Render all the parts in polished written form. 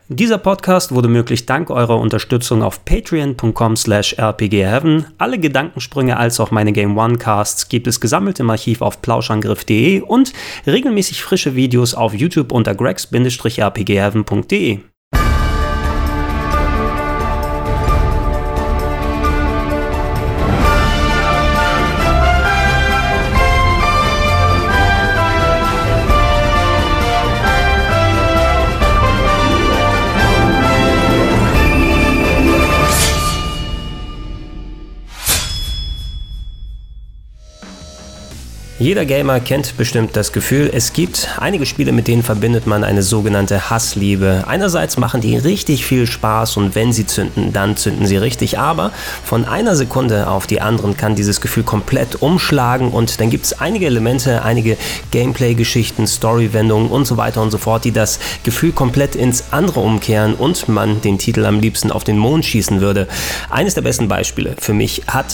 Dieser Podcast wurde möglich dank eurer Unterstützung auf patreon.com/rpgheaven. Alle Gedankensprünge als auch meine Game One Casts gibt es gesammelt im Archiv auf plauschangriff.de und regelmäßig frische Videos auf YouTube unter gregs-rpgheaven.de. Jeder Gamer kennt bestimmt das Gefühl, es gibt einige Spiele, mit denen verbindet man eine sogenannte Hassliebe. Einerseits machen die richtig viel Spaß und wenn sie zünden, dann zünden sie richtig, aber von einer Sekunde auf die anderen kann dieses Gefühl komplett umschlagen und dann gibt es einige Elemente, einige Gameplay-Geschichten, Story-Wendungen und so weiter und so fort, die das Gefühl komplett ins andere umkehren und man den Titel am liebsten auf den Mond schießen würde. Eines der besten Beispiele für mich hat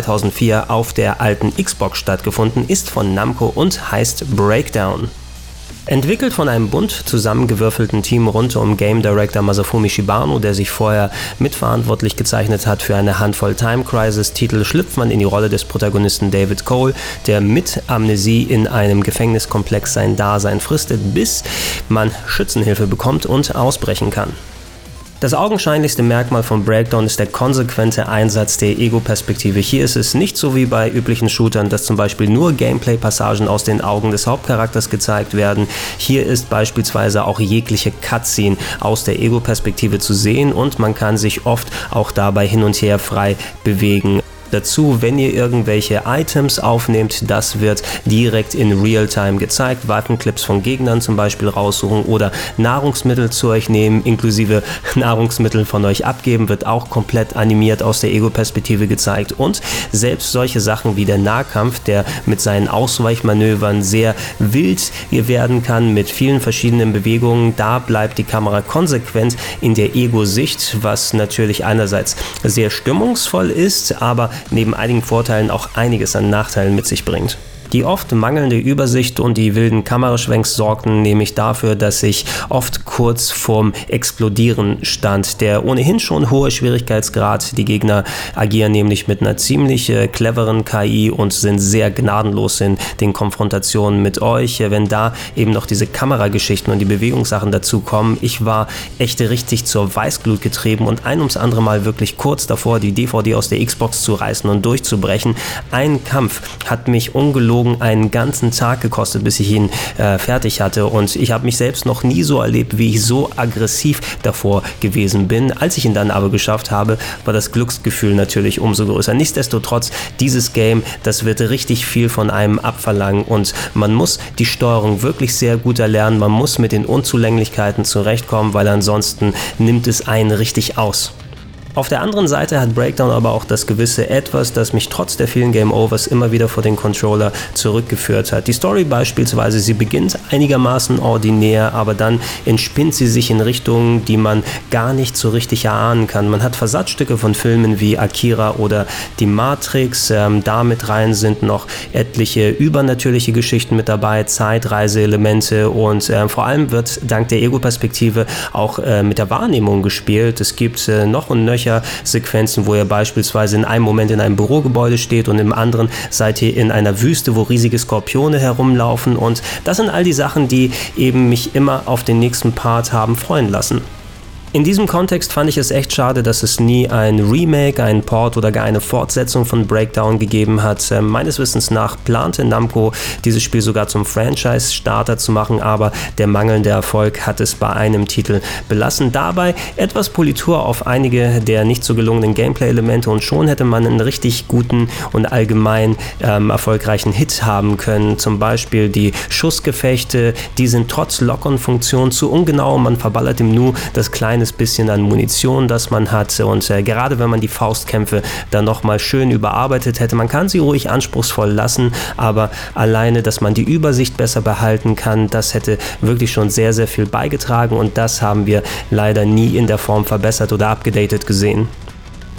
2004 auf der alten Xbox stattgefunden, ist von Namco und heißt Breakdown. Entwickelt von einem bunt zusammengewürfelten Team rund um Game Director Masafumi Shibano, der sich vorher mitverantwortlich gezeichnet hat für eine Handvoll Time Crisis-Titel, schlüpft man in die Rolle des Protagonisten David Cole, der mit Amnesie in einem Gefängniskomplex sein Dasein fristet, bis man Schützenhilfe bekommt und ausbrechen kann. Das augenscheinlichste Merkmal von Breakdown ist der konsequente Einsatz der Ego-Perspektive. Hier ist es nicht so wie bei üblichen Shootern, dass zum Beispiel nur Gameplay-Passagen aus den Augen des Hauptcharakters gezeigt werden. Hier ist beispielsweise auch jegliche Cutscene aus der Ego-Perspektive zu sehen und man kann sich oft auch dabei hin und her frei bewegen. Dazu, wenn ihr irgendwelche Items aufnehmt, das wird direkt in Realtime gezeigt. Waffenclips von Gegnern zum Beispiel raussuchen oder Nahrungsmittel zu euch nehmen, inklusive Nahrungsmittel von euch abgeben, wird auch komplett animiert aus der Ego-Perspektive gezeigt. Und selbst solche Sachen wie der Nahkampf, der mit seinen Ausweichmanövern sehr wild werden kann, mit vielen verschiedenen Bewegungen, da bleibt die Kamera konsequent in der Ego-Sicht, was natürlich einerseits sehr stimmungsvoll ist, aber neben einigen Vorteilen auch einiges an Nachteilen mit sich bringt. Die oft mangelnde Übersicht und die wilden Kameraschwenks sorgten nämlich dafür, dass ich oft kurz vorm Explodieren stand. Der ohnehin schon hohe Schwierigkeitsgrad, die Gegner agieren nämlich mit einer ziemlich cleveren KI und sind sehr gnadenlos in den Konfrontationen mit euch. Wenn da eben noch diese Kamerageschichten und die Bewegungssachen dazu kommen, ich war echt richtig zur Weißglut getrieben und ein ums andere Mal wirklich kurz davor, die DVD aus der Xbox zu reißen und durchzubrechen. Ein Kampf hat mich ungelogen einen ganzen Tag gekostet, bis ich ihn fertig hatte und ich habe mich selbst noch nie so erlebt, wie ich so aggressiv davor gewesen bin. Als ich ihn dann aber geschafft habe, war das Glücksgefühl natürlich umso größer. Nichtsdestotrotz, dieses Game, das wird richtig viel von einem abverlangen und man muss die Steuerung wirklich sehr gut erlernen, man muss mit den Unzulänglichkeiten zurechtkommen, weil ansonsten nimmt es einen richtig aus. Auf der anderen Seite hat Breakdown aber auch das gewisse Etwas, das mich trotz der vielen Game Overs immer wieder vor den Controller zurückgeführt hat. Die Story beispielsweise, sie beginnt einigermaßen ordinär, aber dann entspinnt sie sich in Richtungen, die man gar nicht so richtig erahnen kann. Man hat Versatzstücke von Filmen wie Akira oder die Matrix, da mit rein sind noch etliche übernatürliche Geschichten mit dabei, Zeitreiseelemente und vor allem wird dank der Ego-Perspektive auch mit der Wahrnehmung gespielt. Es gibt noch und nöcher Sequenzen, wo ihr beispielsweise in einem Moment in einem Bürogebäude steht und im anderen seid ihr in einer Wüste, wo riesige Skorpione herumlaufen und das sind all die Sachen, die eben mich immer auf den nächsten Part haben freuen lassen. In diesem Kontext fand ich es echt schade, dass es nie ein Remake, ein Port oder gar eine Fortsetzung von Breakdown gegeben hat. Meines Wissens nach plante Namco, dieses Spiel sogar zum Franchise-Starter zu machen, aber der mangelnde Erfolg hat es bei einem Titel belassen. Dabei etwas Politur auf einige der nicht so gelungenen Gameplay-Elemente und schon hätte man einen richtig guten und allgemein erfolgreichen Hit haben können. Zum Beispiel die Schussgefechte, die sind trotz Lock-on-Funktion zu ungenau, man verballert im Nu das kleine bisschen an Munition, das man hat und gerade wenn man die Faustkämpfe dann nochmal schön überarbeitet hätte, man kann sie ruhig anspruchsvoll lassen, aber alleine, dass man die Übersicht besser behalten kann, das hätte wirklich schon sehr, sehr viel beigetragen und das haben wir leider nie in der Form verbessert oder abgedatet gesehen.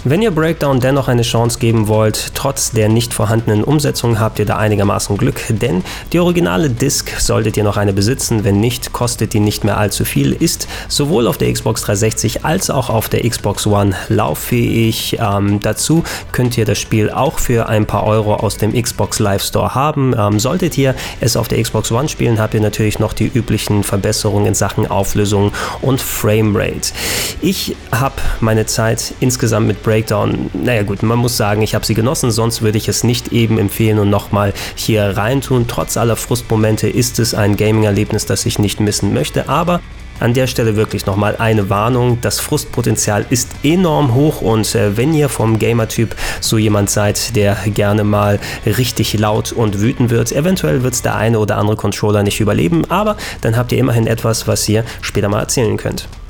Wenn ihr Breakdown dennoch eine Chance geben wollt, trotz der nicht vorhandenen Umsetzung, habt ihr da einigermaßen Glück, denn die originale Disc solltet ihr noch eine besitzen, wenn nicht, kostet die nicht mehr allzu viel, ist sowohl auf der Xbox 360 als auch auf der Xbox One lauffähig. Dazu könnt ihr das Spiel auch für ein paar Euro aus dem Xbox Live Store haben. Solltet ihr es auf der Xbox One spielen, habt ihr natürlich noch die üblichen Verbesserungen in Sachen Auflösung und Framerate. Ich habe meine Zeit insgesamt mit Breakdown, naja gut, man muss sagen, ich habe sie genossen, sonst würde ich es nicht eben empfehlen und nochmal hier reintun. Trotz aller Frustmomente ist es ein Gaming-Erlebnis, das ich nicht missen möchte, aber an der Stelle wirklich nochmal eine Warnung, das Frustpotenzial ist enorm hoch und wenn ihr vom Gamer-Typ so jemand seid, der gerne mal richtig laut und wütend wird, eventuell wird es der eine oder andere Controller nicht überleben, aber dann habt ihr immerhin etwas, was ihr später mal erzählen könnt.